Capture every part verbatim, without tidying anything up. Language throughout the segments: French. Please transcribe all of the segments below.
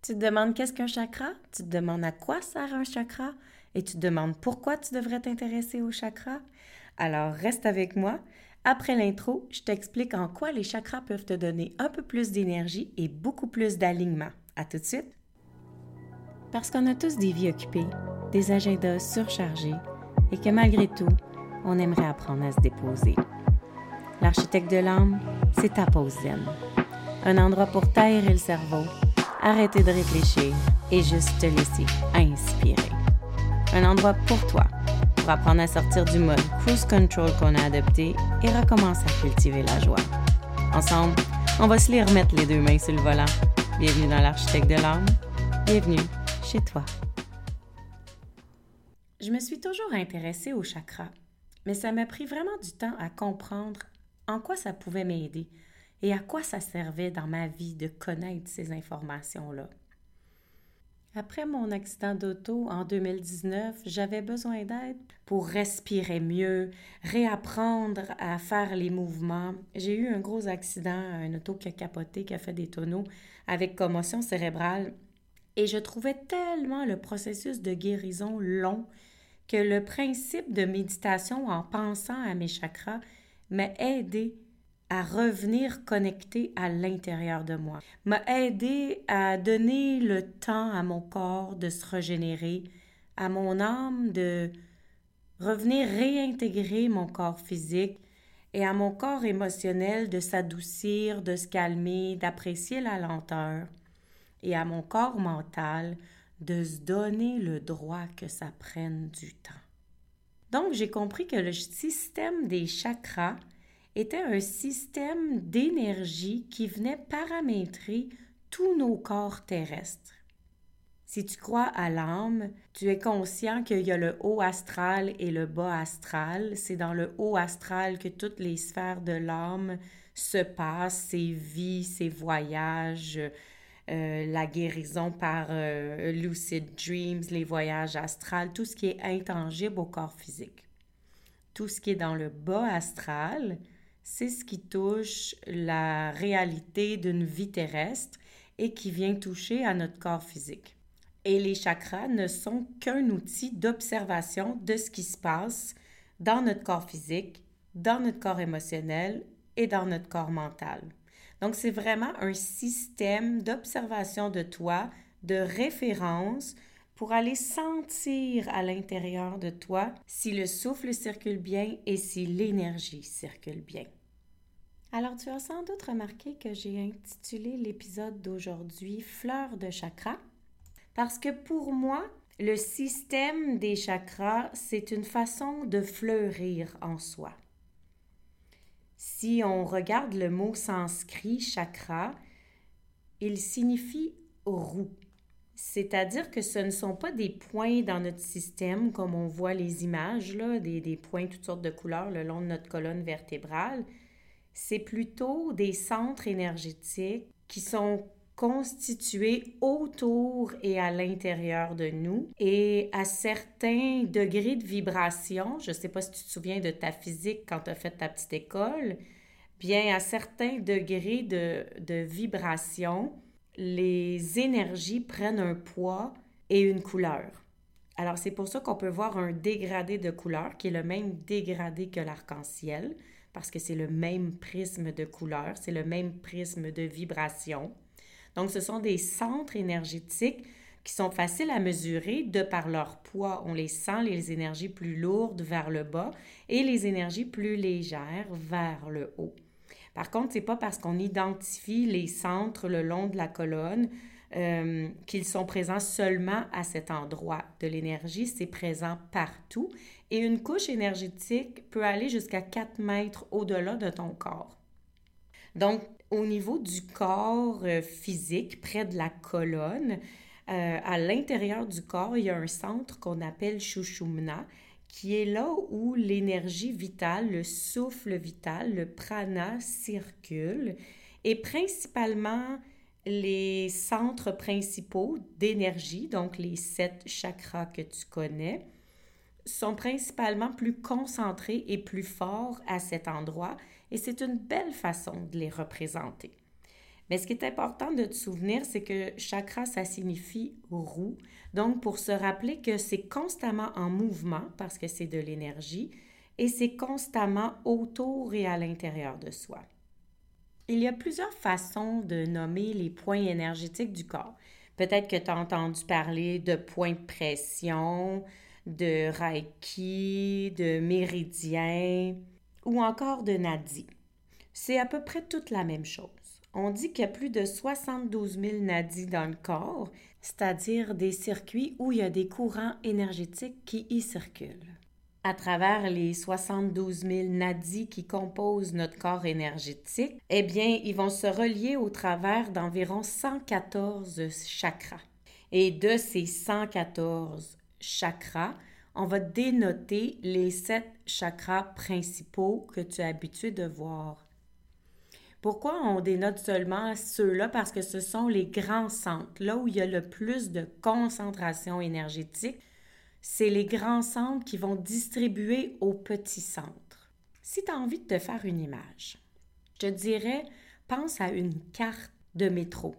Tu te demandes qu'est-ce qu'un chakra? Tu te demandes à quoi sert un chakra? Et tu te demandes pourquoi tu devrais t'intéresser au chakra? Alors reste avec moi. Après l'intro, je t'explique en quoi les chakras peuvent te donner un peu plus d'énergie et beaucoup plus d'alignement. À tout de suite! Parce qu'on a tous des vies occupées, des agendas surchargés et que malgré tout, on aimerait apprendre à se déposer. L'architecte de l'âme, c'est ta pause zen. Un endroit pour t'aérer le cerveau, arrêter de réfléchir et juste te laisser inspirer. Un endroit pour toi, pour apprendre à sortir du mode cruise control qu'on a adopté et recommencer à cultiver la joie. Ensemble, on va se les remettre les deux mains sur le volant. Bienvenue dans l'architecte de l'âme. Bienvenue chez toi. Je me suis toujours intéressée aux chakras, mais ça m'a pris vraiment du temps à comprendre en quoi ça pouvait m'aider et à quoi ça servait dans ma vie de connaître ces informations-là. Après mon accident d'auto en deux mille dix-neuf, j'avais besoin d'aide pour respirer mieux, réapprendre à faire les mouvements. J'ai eu un gros accident, un auto qui a capoté, qui a fait des tonneaux avec commotion cérébrale. Et je trouvais tellement le processus de guérison long que le principe de méditation en pensant à mes chakras m'a aidé à revenir connecté à l'intérieur de moi, m'a aidé à donner le temps à mon corps de se régénérer, à mon âme de revenir réintégrer mon corps physique et à mon corps émotionnel de s'adoucir, de se calmer, d'apprécier la lenteur et à mon corps mental de se donner le droit que ça prenne du temps. Donc, j'ai compris que le système des chakras était un système d'énergie qui venait paramétrer tous nos corps terrestres. Si tu crois à l'âme, tu es conscient qu'il y a le haut astral et le bas astral. C'est dans le haut astral que toutes les sphères de l'âme se passent, ses vies, ses voyages, euh, la guérison par euh, lucid dreams, les voyages astrales, tout ce qui est intangible au corps physique. Tout ce qui est dans le bas astral, c'est ce qui touche la réalité d'une vie terrestre et qui vient toucher à notre corps physique. Et les chakras ne sont qu'un outil d'observation de ce qui se passe dans notre corps physique, dans notre corps émotionnel et dans notre corps mental. Donc, c'est vraiment un système d'observation de toi, de référence pour aller sentir à l'intérieur de toi si le souffle circule bien et si l'énergie circule bien. Alors, tu as sans doute remarqué que j'ai intitulé l'épisode d'aujourd'hui « Fleurs de chakras » parce que pour moi, le système des chakras, c'est une façon de fleurir en soi. Si on regarde le mot sanskrit « chakra », il signifie « roue ». C'est-à-dire que ce ne sont pas des points dans notre système, comme on voit les images, là, des, des points toutes sortes de couleurs le long de notre colonne vertébrale. C'est plutôt des centres énergétiques qui sont constitués autour et à l'intérieur de nous et à certains degrés de vibration. Je ne sais pas si tu te souviens de ta physique quand tu as fait ta petite école. Bien, à certains degrés de, de vibration, les énergies prennent un poids et une couleur. Alors, c'est pour ça qu'on peut voir un dégradé de couleur qui est le même dégradé que l'arc-en-ciel, parce que c'est le même prisme de couleur, c'est le même prisme de vibration. Donc, ce sont des centres énergétiques qui sont faciles à mesurer de par leur poids. On les sent, les énergies plus lourdes vers le bas et les énergies plus légères vers le haut. Par contre, ce n'est pas parce qu'on identifie les centres le long de la colonne euh, qu'ils sont présents seulement à cet endroit de l'énergie. C'est présent partout. Et une couche énergétique peut aller jusqu'à quatre mètres au-delà de ton corps. Donc, au niveau du corps euh, physique, près de la colonne, euh, à l'intérieur du corps, il y a un centre qu'on appelle Sushumna, qui est là où l'énergie vitale, le souffle vital, le prana circule, et principalement les centres principaux d'énergie, donc les sept chakras que tu connais, sont principalement plus concentrés et plus forts à cet endroit, et c'est une belle façon de les représenter. Mais ce qui est important de te souvenir, c'est que chakra, ça signifie roue. Donc, pour se rappeler que c'est constamment en mouvement parce que c'est de l'énergie et c'est constamment autour et à l'intérieur de soi. Il y a plusieurs façons de nommer les points énergétiques du corps. Peut-être que tu as entendu parler de points de pression, de reiki, de méridien ou encore de nadi. C'est à peu près toute la même chose. On dit qu'il y a plus de soixante-douze mille nadis dans le corps, c'est-à-dire des circuits où il y a des courants énergétiques qui y circulent. À travers les soixante-douze mille nadis qui composent notre corps énergétique, eh bien, ils vont se relier au travers d'environ cent quatorze chakras. Et de ces cent quatorze chakras, on va dénoter les sept chakras principaux que tu es habitué de voir. Pourquoi on dénote seulement ceux-là? Parce que ce sont les grands centres, là où il y a le plus de concentration énergétique. C'est les grands centres qui vont distribuer aux petits centres. Si tu as envie de te faire une image, je te dirais, pense à une carte de métro.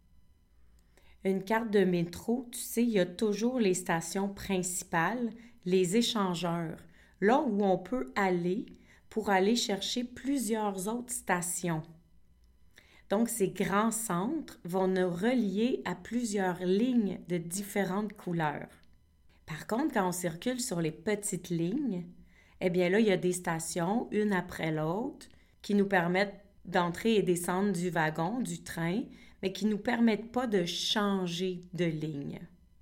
Une carte de métro, tu sais, il y a toujours les stations principales, les échangeurs, là où on peut aller pour aller chercher plusieurs autres stations. Donc, ces grands centres vont nous relier à plusieurs lignes de différentes couleurs. Par contre, quand on circule sur les petites lignes, eh bien là, il y a des stations, une après l'autre, qui nous permettent d'entrer et descendre du wagon, du train, mais qui ne nous permettent pas de changer de ligne.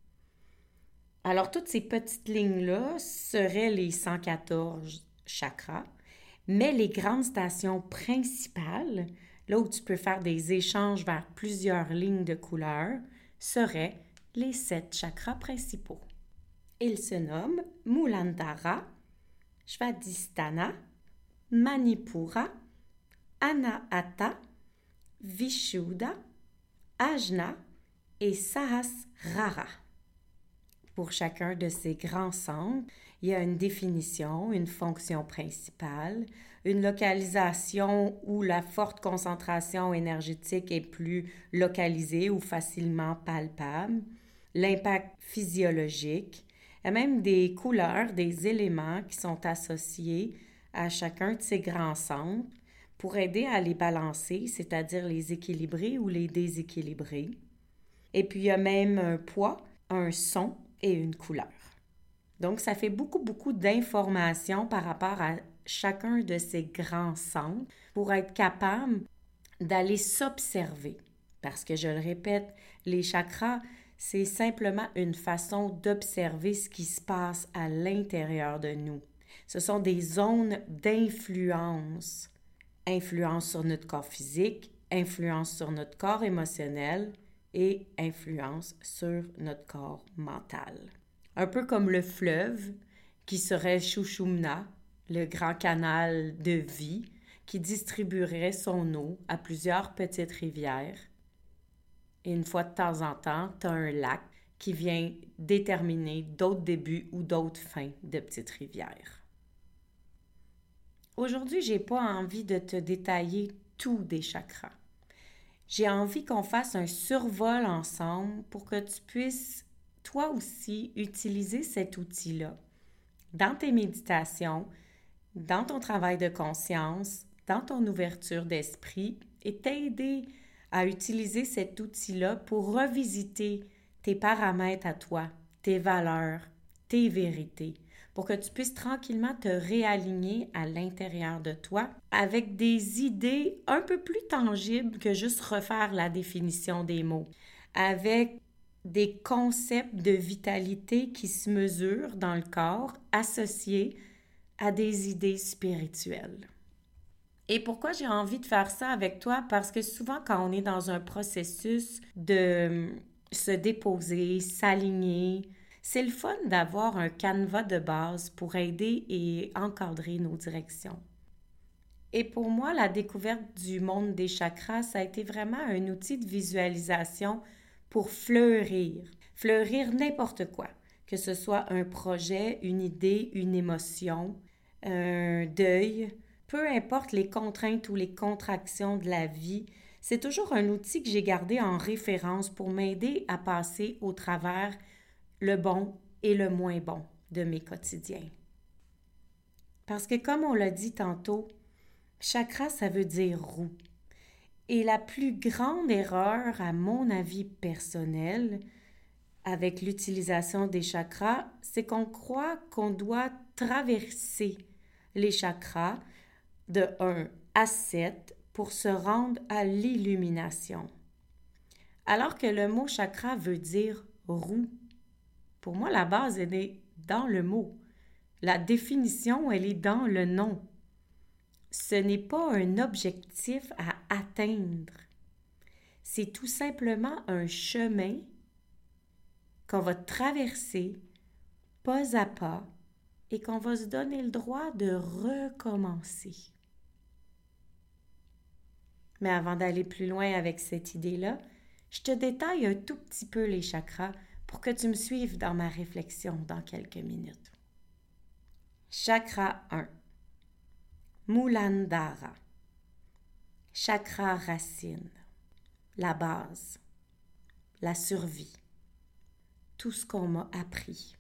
Alors, toutes ces petites lignes-là seraient les cent quatorze chakras, mais les grandes stations principales, là où tu peux faire des échanges vers plusieurs lignes de couleurs, seraient les sept chakras principaux. Ils se nomment Muladhara, Svadhisthana, Manipura, Anahata, Vishuddha, Ajna et Sahasrara. Pour chacun de ces grands centres, il y a une définition, une fonction principale, une localisation où la forte concentration énergétique est plus localisée ou facilement palpable, l'impact physiologique, et même des couleurs, des éléments qui sont associés à chacun de ces grands centres pour aider à les balancer, c'est-à-dire les équilibrer ou les déséquilibrer. Et puis, il y a même un poids, un son et une couleur. Donc, ça fait beaucoup, beaucoup d'informations par rapport à chacun de ces grands centres pour être capable d'aller s'observer. Parce que, je le répète, les chakras, c'est simplement une façon d'observer ce qui se passe à l'intérieur de nous. Ce sont des zones d'influence. Influence sur notre corps physique, influence sur notre corps émotionnel et influence sur notre corps mental. Un peu comme le fleuve qui serait Sushumna, le grand canal de vie qui distribuerait son eau à plusieurs petites rivières. Et une fois de temps en temps, tu as un lac qui vient déterminer d'autres débuts ou d'autres fins de petites rivières. Aujourd'hui, je n'ai pas envie de te détailler tout des chakras. J'ai envie qu'on fasse un survol ensemble pour que tu puisses, toi aussi, utiliser cet outil-là dans tes méditations, dans ton travail de conscience, dans ton ouverture d'esprit et t'aider à utiliser cet outil-là pour revisiter tes paramètres à toi, tes valeurs, tes vérités, pour que tu puisses tranquillement te réaligner à l'intérieur de toi avec des idées un peu plus tangibles que juste refaire la définition des mots, avec des concepts de vitalité qui se mesurent dans le corps associés à des idées spirituelles. Et pourquoi j'ai envie de faire ça avec toi? Parce que souvent, quand on est dans un processus de se déposer, s'aligner, c'est le fun d'avoir un canevas de base pour aider et encadrer nos directions. Et pour moi, la découverte du monde des chakras, ça a été vraiment un outil de visualisation pour fleurir. Fleurir n'importe quoi, que ce soit un projet, une idée, une émotion, un deuil, peu importe les contraintes ou les contractions de la vie, C'est toujours un outil que j'ai gardé en référence pour m'aider à passer au travers le bon et le moins bon de mes quotidiens. Parce que comme on l'a dit tantôt, chakra, ça veut dire roue. Et la plus grande erreur, à mon avis personnel, avec l'utilisation des chakras, c'est qu'on croit qu'on doit traverser les chakras de un à sept pour se rendre à l'illumination. Alors que le mot chakra veut dire roue. Pour moi, la base, elle est dans le mot. La définition, elle est dans le nom. Ce n'est pas un objectif à atteindre. C'est tout simplement un chemin qu'on va traverser pas à pas et qu'on va se donner le droit de recommencer. Mais avant d'aller plus loin avec cette idée-là, je te détaille un tout petit peu les chakras pour que tu me suives dans ma réflexion dans quelques minutes. Chakra un. Muladhara. Chakra racine. La base. La survie. Tout ce qu'on m'a appris.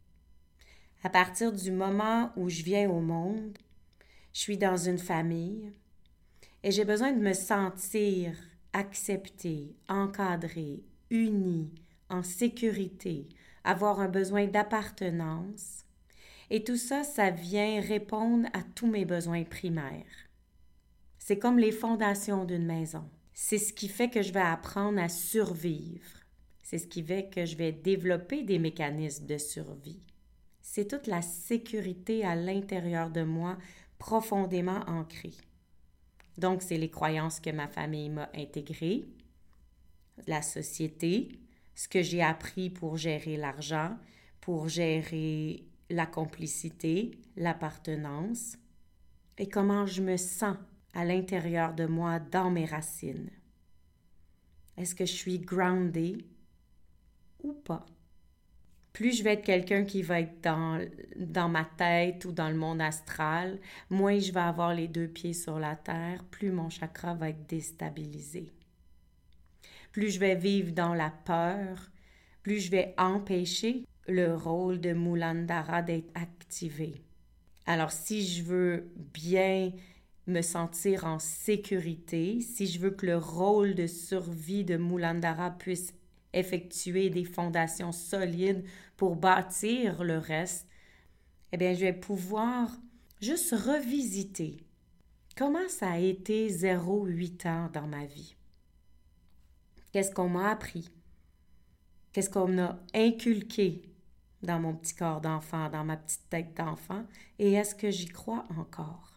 À partir du moment où je viens au monde, je suis dans une famille et j'ai besoin de me sentir acceptée, encadrée, unie, en sécurité, avoir un besoin d'appartenance. Et tout ça, ça vient répondre à tous mes besoins primaires. C'est comme les fondations d'une maison. C'est ce qui fait que je vais apprendre à survivre. C'est ce qui fait que je vais développer des mécanismes de survie. C'est toute la sécurité à l'intérieur de moi, profondément ancrée. Donc, c'est les croyances que ma famille m'a intégrées, la société, ce que j'ai appris pour gérer l'argent, pour gérer la complicité, l'appartenance, et comment je me sens à l'intérieur de moi, dans mes racines. Est-ce que je suis groundée ou pas? Plus je vais être quelqu'un qui va être dans, dans ma tête ou dans le monde astral, moins je vais avoir les deux pieds sur la terre, plus mon chakra va être déstabilisé. Plus je vais vivre dans la peur, plus je vais empêcher le rôle de Muladhara d'être activé. Alors, si je veux bien me sentir en sécurité, si je veux que le rôle de survie de Muladhara puisse effectuer des fondations solides pour bâtir le reste, eh bien, je vais pouvoir juste revisiter comment ça a été zéro à huit ans dans ma vie. Qu'est-ce qu'on m'a appris? Qu'est-ce qu'on m'a inculqué dans mon petit corps d'enfant, dans ma petite tête d'enfant? Et est-ce que j'y crois encore?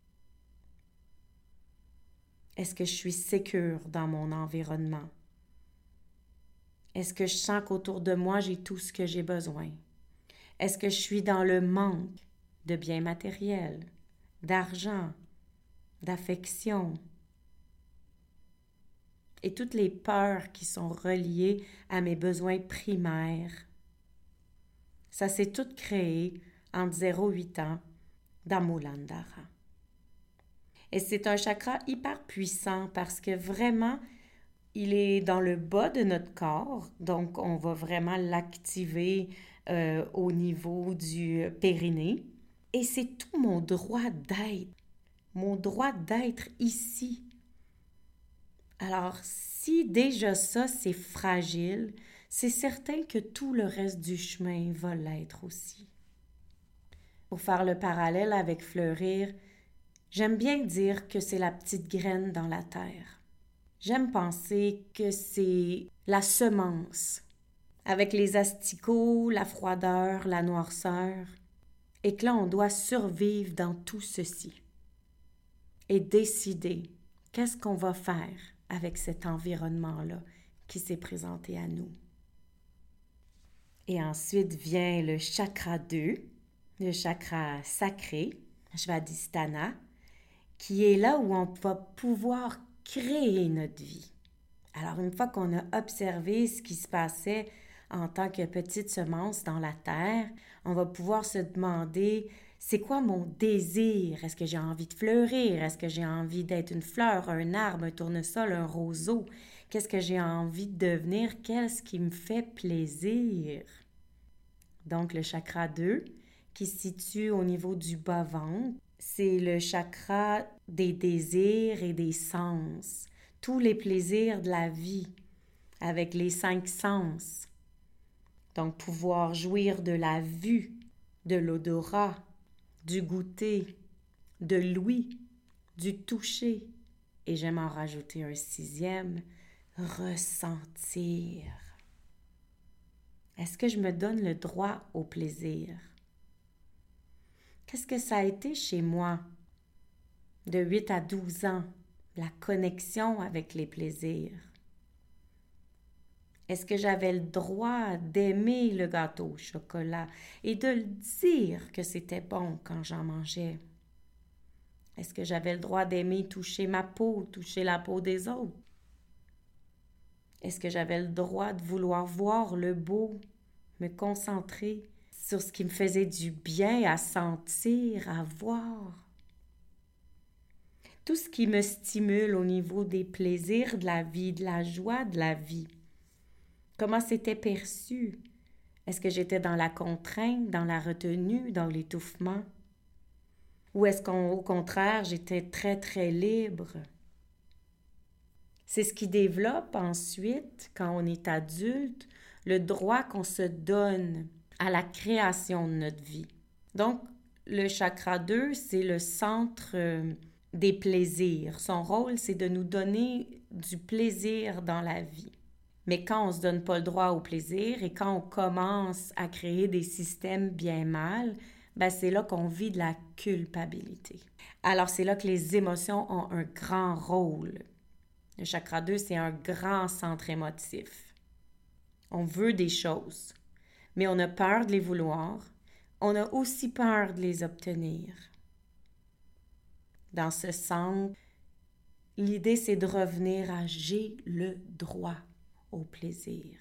Est-ce que je suis sécure dans mon environnement? Est-ce que je sens qu'autour de moi, j'ai tout ce que j'ai besoin? Est-ce que je suis dans le manque de biens matériels, d'argent, d'affection? Et toutes les peurs qui sont reliées à mes besoins primaires. Ça s'est tout créé entre zéro à huit ans dans Muladhara. Et c'est un chakra hyper puissant parce que vraiment, il est dans le bas de notre corps, donc on va vraiment l'activer euh, au niveau du périnée. Et c'est tout mon droit d'être, mon droit d'être ici. Alors, si déjà ça, c'est fragile, c'est certain que tout le reste du chemin va l'être aussi. Pour faire le parallèle avec fleurir, j'aime bien dire que c'est la petite graine dans la terre. J'aime penser que c'est la semence, avec les asticots, la froideur, la noirceur, et que là, on doit survivre dans tout ceci et décider qu'est-ce qu'on va faire avec cet environnement-là qui s'est présenté à nous. Et ensuite vient le chakra deux, le chakra sacré, Svadhisthana, qui est là où on va pouvoir créer notre vie. Alors, une fois qu'on a observé ce qui se passait en tant que petite semence dans la terre, on va pouvoir se demander C'est quoi mon désir? Est-ce que j'ai envie de fleurir? Est-ce que j'ai envie d'être une fleur, un arbre, un tournesol, un roseau? Qu'est-ce que j'ai envie de devenir? Qu'est-ce qui me fait plaisir? Donc, le chakra deux, qui se situe au niveau du bas-ventre, c'est le chakra des désirs et des sens. Tous les plaisirs de la vie, avec les cinq sens. Donc, pouvoir jouir de la vue, de l'odorat, du goûter, de l'ouïe, du toucher. Et j'aime en rajouter un sixième, ressentir. Est-ce que je me donne le droit au plaisir? Qu'est-ce que ça a été chez moi de huit à douze ans, la connexion avec les plaisirs? Est-ce que j'avais le droit d'aimer le gâteau au chocolat et de le dire que c'était bon quand j'en mangeais? Est-ce que j'avais le droit d'aimer toucher ma peau, toucher la peau des autres? Est-ce que j'avais le droit de vouloir voir le beau, me concentrer sur ce qui me faisait du bien à sentir, à voir? Tout ce qui me stimule au niveau des plaisirs de la vie, de la joie de la vie. Comment c'était perçu? Est-ce que j'étais dans la contrainte, dans la retenue, dans l'étouffement? Ou est-ce qu'au contraire, j'étais très, très libre? C'est ce qui développe ensuite, quand on est adulte, le droit qu'on se donne à la création de notre vie. Donc, le chakra deux, c'est le centre euh, des plaisirs. Son rôle, c'est de nous donner du plaisir dans la vie. Mais quand on ne se donne pas le droit au plaisir et quand on commence à créer des systèmes bien mal, ben c'est là qu'on vit de la culpabilité. Alors, c'est là que les émotions ont un grand rôle. Le chakra deux, c'est un grand centre émotif. On veut des choses, mais on a peur de les vouloir. On a aussi peur de les obtenir. Dans ce centre, l'idée, c'est de revenir à « j'ai le droit » au plaisir.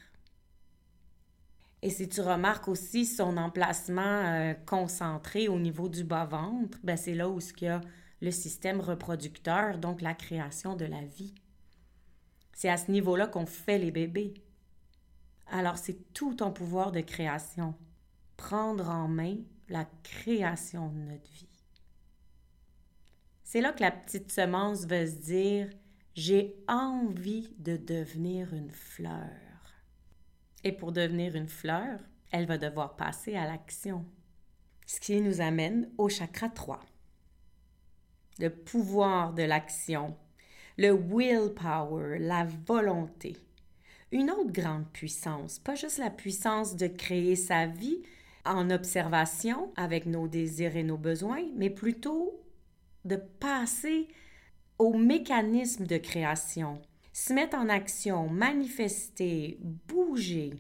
Et si tu remarques aussi son emplacement euh, concentré au niveau du bas-ventre, ben c'est là où il y a le système reproducteur, donc la création de la vie. C'est à ce niveau-là qu'on fait les bébés. Alors, c'est tout ton pouvoir de création. Prendre en main la création de notre vie. C'est là que la petite semence va se dire « J'ai envie de devenir une fleur ». Et pour devenir une fleur, elle va devoir passer à l'action. Ce qui nous amène au chakra trois. Le pouvoir de l'action, le willpower, la volonté. Une autre grande puissance, pas juste la puissance de créer sa vie en observation avec nos désirs et nos besoins, mais plutôt de passer au mécanisme de création, se mettre en action, manifester, bouger,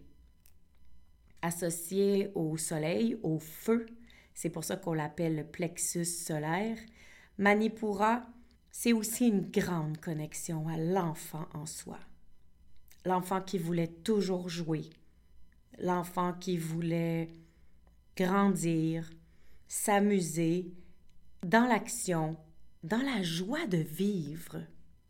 associé au soleil, au feu. C'est pour ça qu'on l'appelle le plexus solaire. Manipura, c'est aussi une grande connexion à l'enfant en soi. L'enfant qui voulait toujours jouer, l'enfant qui voulait grandir, s'amuser dans l'action, dans la joie de vivre.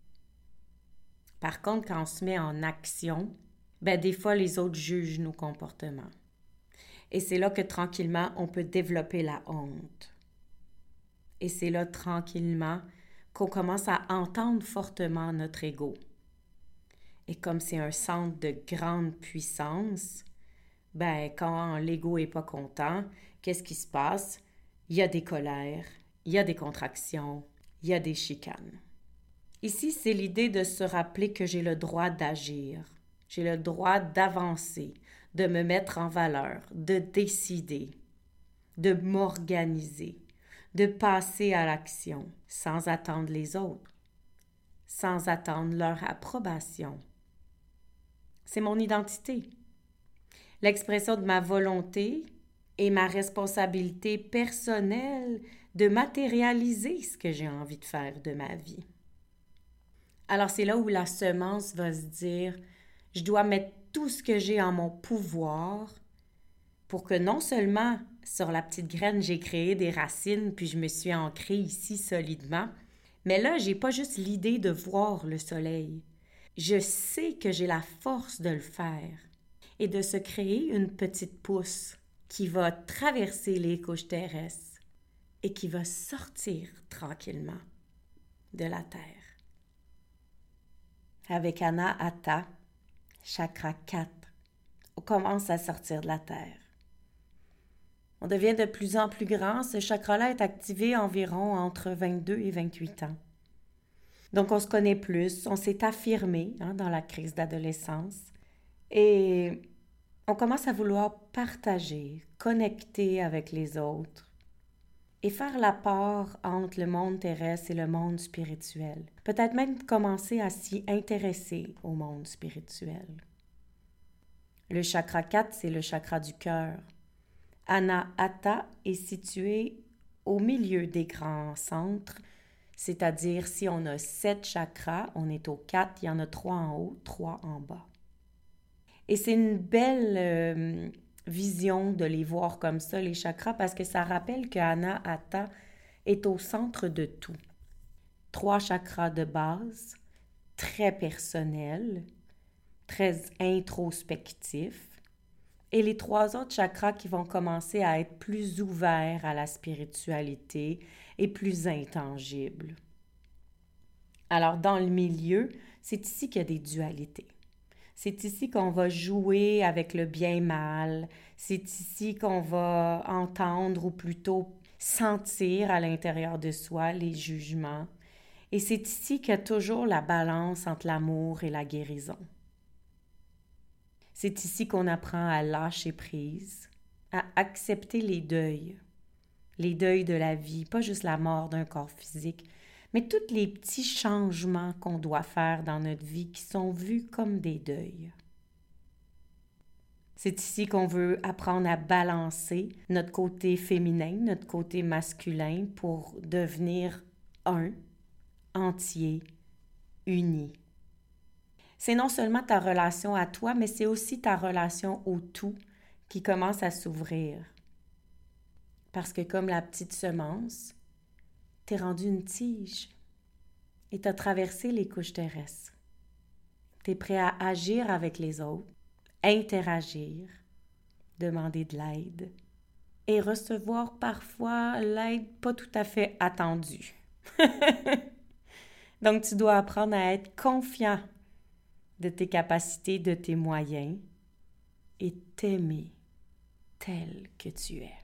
Par contre, quand on se met en action, ben des fois, les autres jugent nos comportements. Et c'est là que tranquillement, on peut développer la honte. Et c'est là, tranquillement, qu'on commence à entendre fortement notre ego. Et comme c'est un centre de grande puissance, ben quand l'ego n'est pas content, qu'est-ce qui se passe? Il y a des colères, il y a des contractions, il y a des chicanes. Ici, c'est l'idée de se rappeler que j'ai le droit d'agir, j'ai le droit d'avancer, de me mettre en valeur, de décider, de m'organiser, de passer à l'action sans attendre les autres, sans attendre leur approbation. C'est mon identité. L'expression de ma volonté et ma responsabilité personnelle de matérialiser ce que j'ai envie de faire de ma vie. Alors, c'est là où la semence va se dire « Je dois mettre tout ce que j'ai en mon pouvoir pour que non seulement Sur la petite graine, j'ai créé des racines, puis je me suis ancrée ici solidement. Mais là, j'ai pas juste l'idée de voir le soleil. Je sais que j'ai la force de le faire et de se créer une petite pousse qui va traverser les couches terrestres et qui va sortir tranquillement de la terre. Avec Anahata, chakra quatre, on commence à sortir de la terre. On devient de plus en plus grand. Ce chakra-là est activé environ entre vingt-deux et vingt-huit ans. Donc, on se connaît plus, on s'est affirmé hein, dans la crise d'adolescence et on commence à vouloir partager, connecter avec les autres et faire la part entre le monde terrestre et le monde spirituel. Peut-être même commencer à s'y intéresser au monde spirituel. Le chakra quatre, c'est le chakra du cœur. Anahata est situé au milieu des grands centres, c'est-à-dire si on a sept chakras, on est au quatre, il y en a trois en haut, trois en bas. Et c'est une belle euh, vision de les voir comme ça, les chakras, parce que ça rappelle que Anahata est au centre de tout. Trois chakras de base, très personnels, très introspectifs, et les trois autres chakras qui vont commencer à être plus ouverts à la spiritualité et plus intangibles. Alors, dans le milieu, c'est ici qu'il y a des dualités. C'est ici qu'on va jouer avec le bien-mal. C'est ici qu'on va entendre ou plutôt sentir à l'intérieur de soi les jugements. Et c'est ici qu'il y a toujours la balance entre l'amour et la guérison. C'est ici qu'on apprend à lâcher prise, à accepter les deuils, les deuils de la vie, pas juste la mort d'un corps physique, mais tous les petits changements qu'on doit faire dans notre vie qui sont vus comme des deuils. C'est ici qu'on veut apprendre à balancer notre côté féminin, notre côté masculin pour devenir un, entier, uni. C'est non seulement ta relation à toi, mais c'est aussi ta relation au tout qui commence à s'ouvrir. Parce que comme la petite semence, t'es rendu une tige et t'as traversé les couches terrestres. T'es prêt à agir avec les autres, interagir, demander de l'aide et recevoir parfois l'aide pas tout à fait attendue. Donc, tu dois apprendre à être confiant de tes capacités, de tes moyens et t'aimer tel que tu es.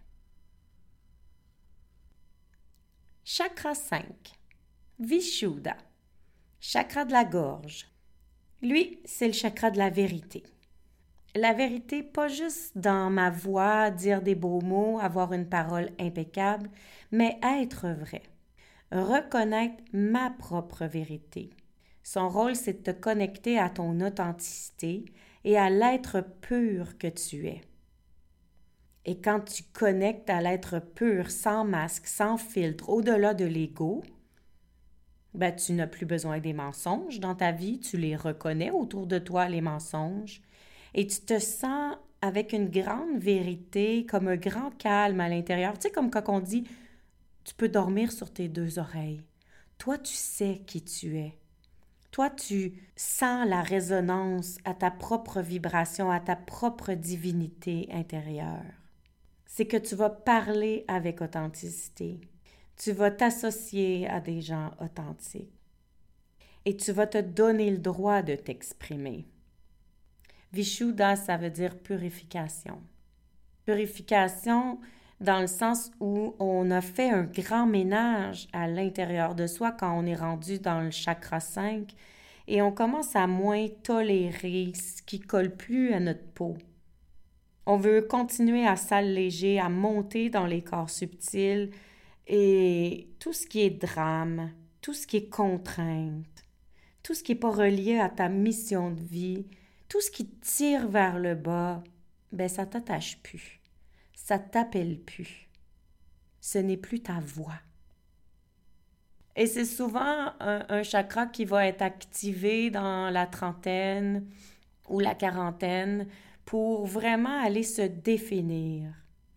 Chakra cinq, Vishuddha, chakra de la gorge. Lui, c'est le chakra de la vérité. La vérité, pas juste dans ma voix, dire des beaux mots, avoir une parole impeccable, mais être vrai. Reconnaître ma propre vérité. Son rôle, c'est de te connecter à ton authenticité et à l'être pur que tu es. Et quand tu connectes à l'être pur, sans masque, sans filtre, au-delà de l'ego, ben, tu n'as plus besoin des mensonges dans ta vie, tu les reconnais autour de toi, les mensonges, et tu te sens avec une grande vérité, comme un grand calme à l'intérieur. Tu sais, comme quand on dit, tu peux dormir sur tes deux oreilles. Toi, tu sais qui tu es. Toi, tu sens la résonance à ta propre vibration, à ta propre divinité intérieure. C'est que tu vas parler avec authenticité. Tu vas t'associer à des gens authentiques. Et tu vas te donner le droit de t'exprimer. Vishuddha, ça veut dire purification. Purification dans le sens où on a fait un grand ménage à l'intérieur de soi quand on est rendu dans le chakra cinq et on commence à moins tolérer ce qui ne colle plus à notre peau. On veut continuer à s'alléger, à monter dans les corps subtils et tout ce qui est drame, tout ce qui est contrainte, tout ce qui n'est pas relié à ta mission de vie, tout ce qui te tire vers le bas, ben ça ne t'attache plus. Ça ne t'appelle plus. Ce n'est plus ta voix. Et c'est souvent un, un chakra qui va être activé dans la trentaine ou la quarantaine pour vraiment aller se définir.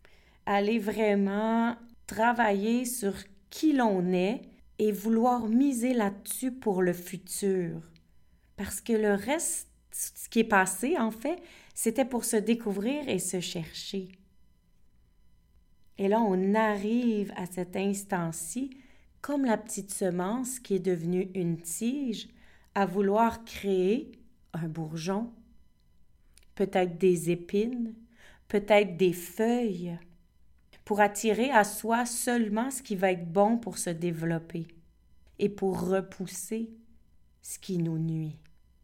aller vraiment travailler sur qui l'on est et vouloir miser là-dessus pour le futur. Parce que le reste, ce qui est passé, en fait, c'était pour se découvrir et se chercher. Et là, on arrive à cet instant-ci, comme la petite semence qui est devenue une tige, à vouloir créer un bourgeon, peut-être des épines, peut-être des feuilles, pour attirer à soi seulement ce qui va être bon pour se développer et pour repousser ce qui nous nuit.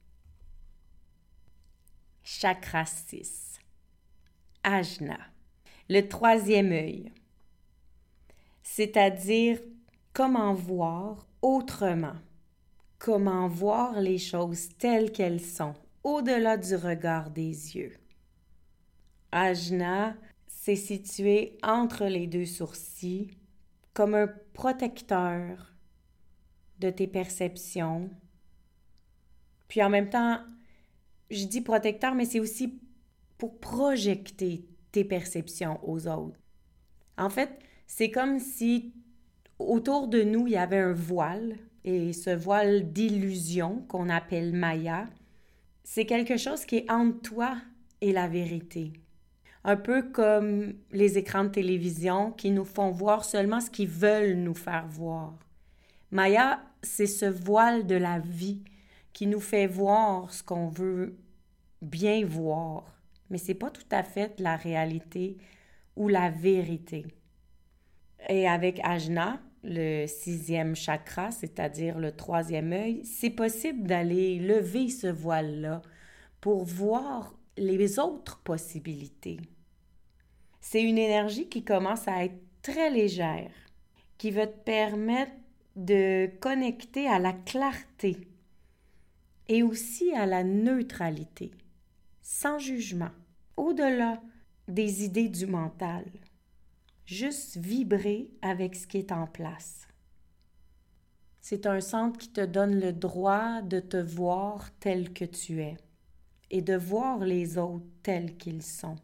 Chakra six. Ajna, le troisième œil, c'est-à-dire comment voir autrement, comment voir les choses telles qu'elles sont, au-delà du regard des yeux. Ajna, c'est situé entre les deux sourcils, comme un protecteur de tes perceptions. Puis en même temps, je dis protecteur, mais c'est aussi pour projeter tes perceptions aux autres. En fait, c'est comme si autour de nous, il y avait un voile, et ce voile d'illusion qu'on appelle Maya, c'est quelque chose qui est entre toi et la vérité. Un peu comme les écrans de télévision qui nous font voir seulement ce qu'ils veulent nous faire voir. Maya, c'est ce voile de la vie qui nous fait voir ce qu'on veut bien voir, mais c'est pas tout à fait la réalité ou la vérité. Et avec Ajna, le sixième chakra, c'est-à-dire le troisième œil, c'est possible d'aller lever ce voile-là pour voir les autres possibilités. C'est une énergie qui commence à être très légère, qui va te permettre de connecter à la clarté et aussi à la neutralité, sans jugement, au-delà des idées du mental. Juste vibrer avec ce qui est en place. C'est un centre qui te donne le droit de te voir tel que tu es et de voir les autres tels qu'ils sont.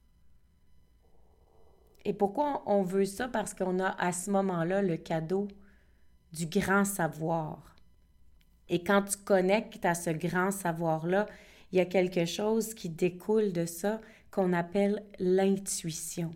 Et pourquoi on veut ça? Parce qu'on a à ce moment-là le cadeau du grand savoir. Et quand tu connectes à ce grand savoir-là, il y a quelque chose qui découle de ça qu'on appelle l'intuition.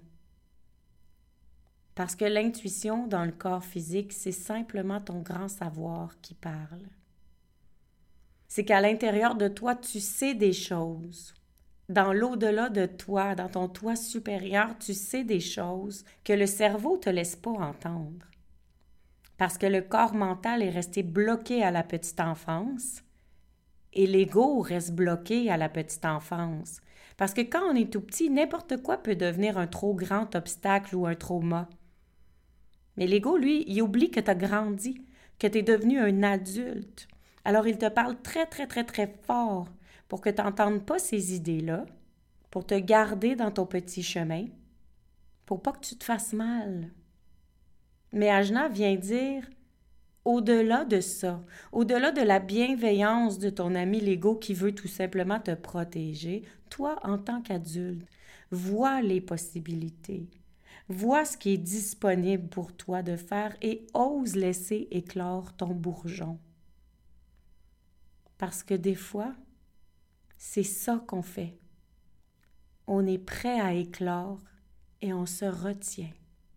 Parce que l'intuition dans le corps physique, c'est simplement ton grand savoir qui parle. C'est qu'à l'intérieur de toi, tu sais des choses. Dans l'au-delà de toi, dans ton toi supérieur, tu sais des choses que le cerveau ne te laisse pas entendre. Parce que le corps mental est resté bloqué à la petite enfance et l'ego reste bloqué à la petite enfance. Parce que quand on est tout petit, n'importe quoi peut devenir un trop grand obstacle ou un trauma. Mais l'ego, lui, il oublie que tu as grandi, que tu es devenu un adulte. Alors, il te parle très, très, très, très fort pour que tu n'entendes pas ces idées-là, pour te garder dans ton petit chemin, pour pas que tu te fasses mal. Mais Ajna vient dire, au-delà de ça, au-delà de la bienveillance de ton ami l'ego qui veut tout simplement te protéger, toi, en tant qu'adulte, vois les possibilités. Vois ce qui est disponible pour toi de faire et ose laisser éclore ton bourgeon. Parce que des fois, c'est ça qu'on fait. On est prêt à éclore et on se retient.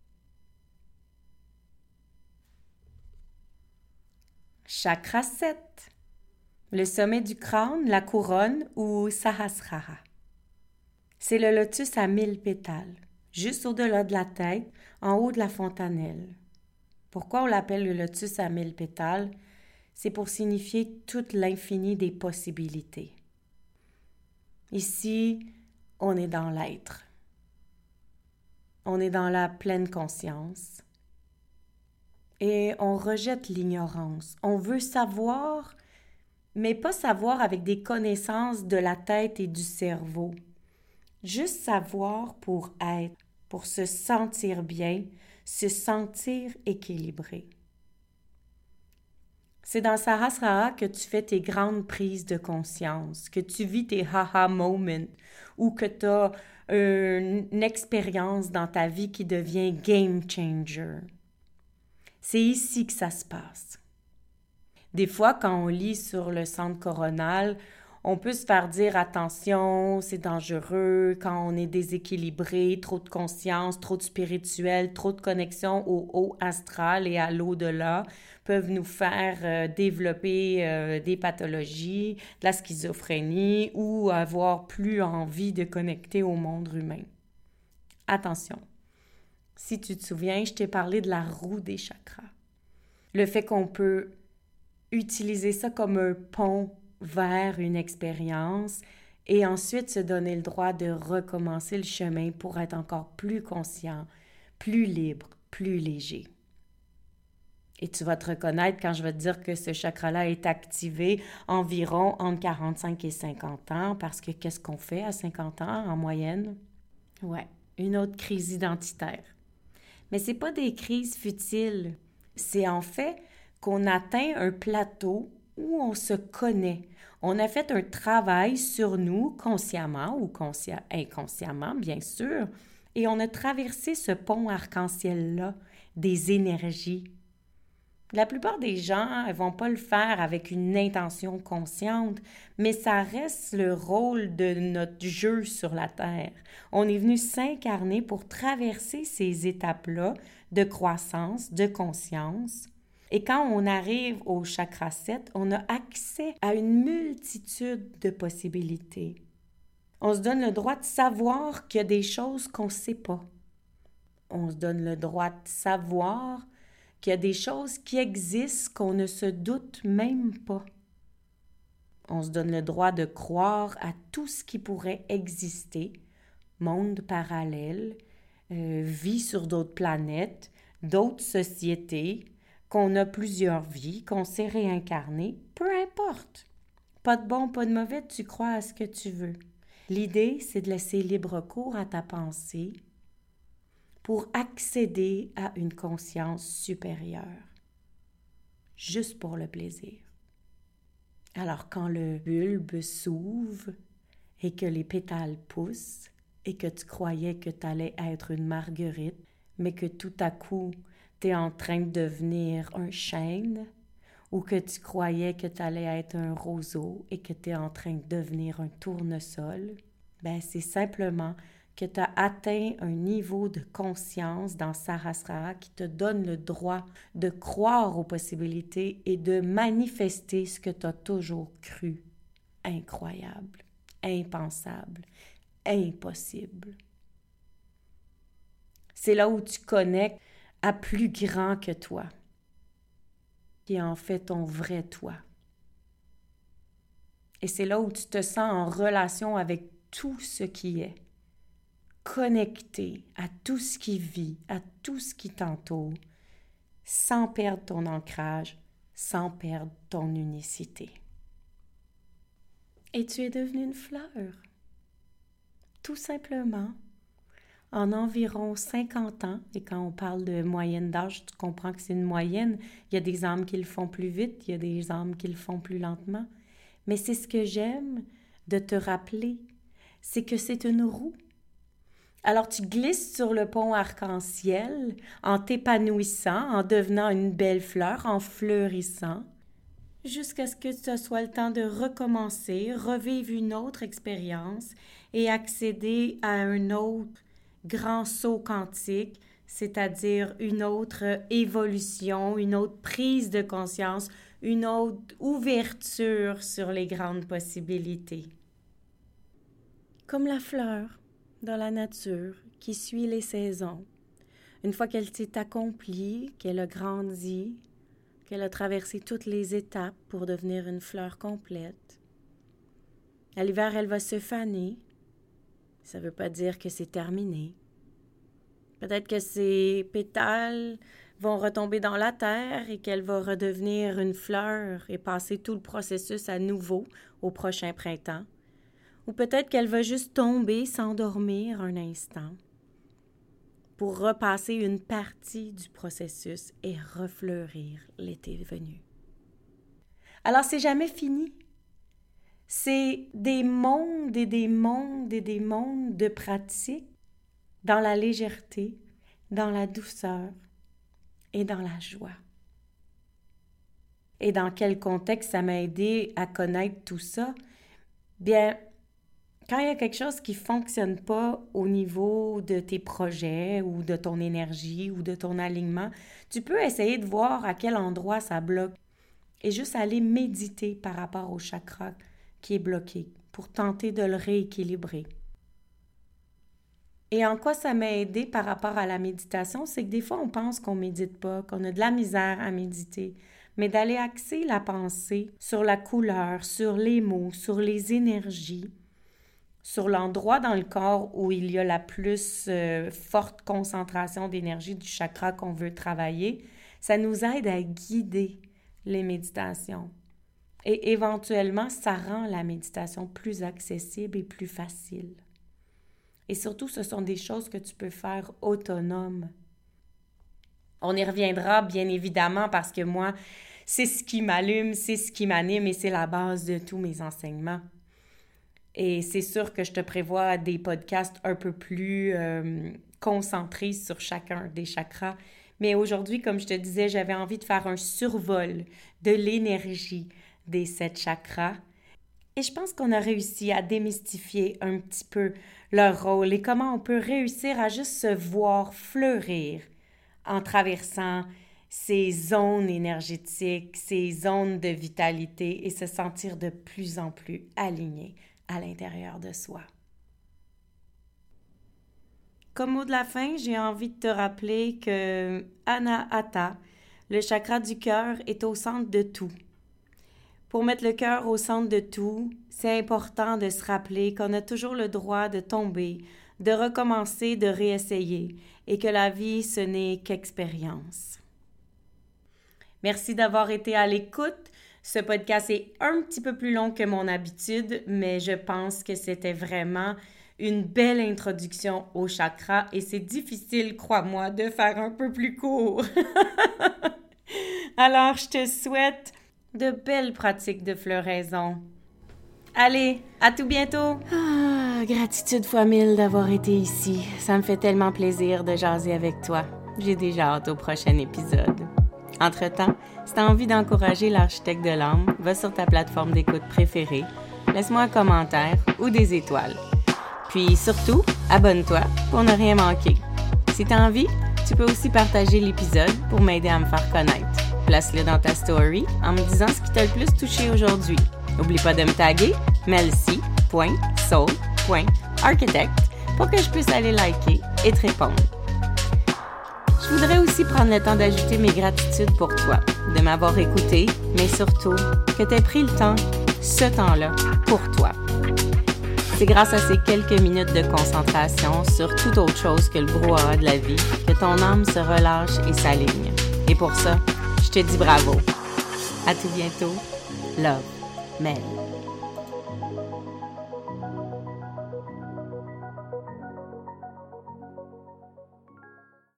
Chakra sept. Le sommet du crâne, la couronne ou Sahasrara. C'est le lotus à mille pétales, juste au-delà de la tête, en haut de la fontanelle. Pourquoi on l'appelle le lotus à mille pétales? C'est pour signifier toute l'infini des possibilités. Ici, on est dans l'être. On est dans la pleine conscience. Et on rejette l'ignorance. On veut savoir, mais pas savoir avec des connaissances de la tête et du cerveau. Juste savoir pour être, pour se sentir bien, se sentir équilibré. C'est dans Sahasrara que tu fais tes grandes prises de conscience, que tu vis tes ha-ha moments ou que tu as une, une expérience dans ta vie qui devient game changer. C'est ici que ça se passe. Des fois, quand on lit sur le centre coronal, on peut se faire dire attention, c'est dangereux, quand on est déséquilibré, trop de conscience, trop de spirituel, trop de connexion au haut astral et à l'au-delà peuvent nous faire euh, développer euh, des pathologies, de la schizophrénie ou avoir plus envie de connecter au monde humain. Attention, si tu te souviens, je t'ai parlé de la roue des chakras. Le fait qu'on peut utiliser ça comme un pont vers une expérience et ensuite se donner le droit de recommencer le chemin pour être encore plus conscient, plus libre, plus léger. Et tu vas te reconnaître quand je vais te dire que ce chakra-là est activé environ entre quarante-cinq et cinquante ans, parce que qu'est-ce qu'on fait à cinquante ans en moyenne? Ouais, une autre crise identitaire. Mais c'est pas des crises futiles. C'est en fait qu'on atteint un plateau où on se connaît. On a fait un travail sur nous, consciemment ou consci- inconsciemment, bien sûr, et on a traversé ce pont arc-en-ciel-là des énergies. La plupart des gens ne vont pas le faire avec une intention consciente, mais ça reste le rôle de notre jeu sur la Terre. On est venu s'incarner pour traverser ces étapes-là de croissance, de conscience. Et quand on arrive au chakra sept, on a accès à une multitude de possibilités. On se donne le droit de savoir qu'il y a des choses qu'on ne sait pas. On se donne le droit de savoir qu'il y a des choses qui existent qu'on ne se doute même pas. On se donne le droit de croire à tout ce qui pourrait exister, monde parallèle, euh, vie sur d'autres planètes, d'autres sociétés, qu'on a plusieurs vies, qu'on s'est réincarné, peu importe. Pas de bon, pas de mauvais, tu crois à ce que tu veux. L'idée, c'est de laisser libre cours à ta pensée pour accéder à une conscience supérieure, juste pour le plaisir. Alors quand le bulbe s'ouvre et que les pétales poussent et que tu croyais que tu allais être une marguerite, mais que tout à coup, tu es en train de devenir un chêne, ou que tu croyais que tu allais être un roseau et que tu es en train de devenir un tournesol, ben c'est simplement que tu as atteint un niveau de conscience dans Sahasrara qui te donne le droit de croire aux possibilités et de manifester ce que tu as toujours cru. Incroyable, impensable, impossible. C'est là où tu connectes à plus grand que toi, qui est en fait ton vrai toi. Et c'est là où tu te sens en relation avec tout ce qui est, connecté à tout ce qui vit, à tout ce qui t'entoure, sans perdre ton ancrage, sans perdre ton unicité. Et tu es devenue une fleur, tout simplement. En environ cinquante ans, et quand on parle de moyenne d'âge, tu comprends que c'est une moyenne. Il y a des âmes qui le font plus vite, il y a des âmes qui le font plus lentement. Mais c'est ce que j'aime de te rappeler, c'est que c'est une roue. Alors tu glisses sur le pont arc-en-ciel en t'épanouissant, en devenant une belle fleur, en fleurissant, jusqu'à ce que ce soit le temps de recommencer, revivre une autre expérience et accéder à un autre grand saut quantique, c'est-à-dire une autre évolution, une autre prise de conscience, une autre ouverture sur les grandes possibilités. Comme la fleur dans la nature qui suit les saisons. Une fois qu'elle s'est accomplie, qu'elle a grandi, qu'elle a traversé toutes les étapes pour devenir une fleur complète, à l'hiver, elle va se faner. Ça ne veut pas dire que c'est terminé. Peut-être que ses pétales vont retomber dans la terre et qu'elle va redevenir une fleur et passer tout le processus à nouveau au prochain printemps. Ou peut-être qu'elle va juste tomber, s'endormir un instant pour repasser une partie du processus et refleurir l'été venu. Alors, c'est jamais fini. C'est des mondes et des mondes et des mondes de pratique dans la légèreté, dans la douceur et dans la joie. Et dans quel contexte ça m'a aidé à connaître tout ça? Bien, quand il y a quelque chose qui ne fonctionne pas au niveau de tes projets ou de ton énergie ou de ton alignement, tu peux essayer de voir à quel endroit ça bloque et juste aller méditer par rapport au chakra qui est bloqué pour tenter de le rééquilibrer. Et en quoi ça m'a aidé par rapport à la méditation, c'est que des fois on pense qu'on ne médite pas, qu'on a de la misère à méditer, mais d'aller axer la pensée sur la couleur, sur les mots, sur les énergies, sur l'endroit dans le corps où il y a la plus euh, forte concentration d'énergie du chakra qu'on veut travailler, ça nous aide à guider les méditations. Et éventuellement, ça rend la méditation plus accessible et plus facile. Et surtout, ce sont des choses que tu peux faire autonomes. On y reviendra bien évidemment parce que moi, c'est ce qui m'allume, c'est ce qui m'anime et c'est la base de tous mes enseignements. Et c'est sûr que je te prévois des podcasts un peu plus euh, concentrés sur chacun des chakras. Mais aujourd'hui, comme je te disais, j'avais envie de faire un survol de l'énergie des sept chakras. Et je pense qu'on a réussi à démystifier un petit peu leur rôle et comment on peut réussir à juste se voir fleurir en traversant ces zones énergétiques, ces zones de vitalité et se sentir de plus en plus aligné à l'intérieur de soi. Comme mot de la fin, j'ai envie de te rappeler que Anahata, le chakra du cœur, est au centre de tout. Pour mettre le cœur au centre de tout, c'est important de se rappeler qu'on a toujours le droit de tomber, de recommencer, de réessayer, et que la vie, ce n'est qu'expérience. Merci d'avoir été à l'écoute. Ce podcast est un petit peu plus long que mon habitude, mais je pense que c'était vraiment une belle introduction au chakra et c'est difficile, crois-moi, de faire un peu plus court. Alors, je te souhaite de belles pratiques de floraison. Allez, à tout bientôt! Ah, gratitude fois mille d'avoir été ici. Ça me fait tellement plaisir de jaser avec toi. J'ai déjà hâte au prochain épisode. Entre-temps, si tu as envie d'encourager l'architecte de l'âme, va sur ta plateforme d'écoute préférée, laisse-moi un commentaire ou des étoiles. Puis surtout, abonne-toi pour ne rien manquer. Si tu as envie, tu peux aussi partager l'épisode pour m'aider à me faire connaître. Place-le dans ta story en me disant ce qui t'a le plus touché aujourd'hui. N'oublie pas de me taguer melcy point soul point architect pour que je puisse aller liker et te répondre. Je voudrais aussi prendre le temps d'ajouter mes gratitudes pour toi, de m'avoir écouté, mais surtout que tu aies pris le temps, ce temps-là, pour toi. C'est grâce à ces quelques minutes de concentration sur toute autre chose que le brouhaha de la vie que ton âme se relâche et s'aligne. Et pour ça, je te dis bravo. À tout bientôt. Love, Mel.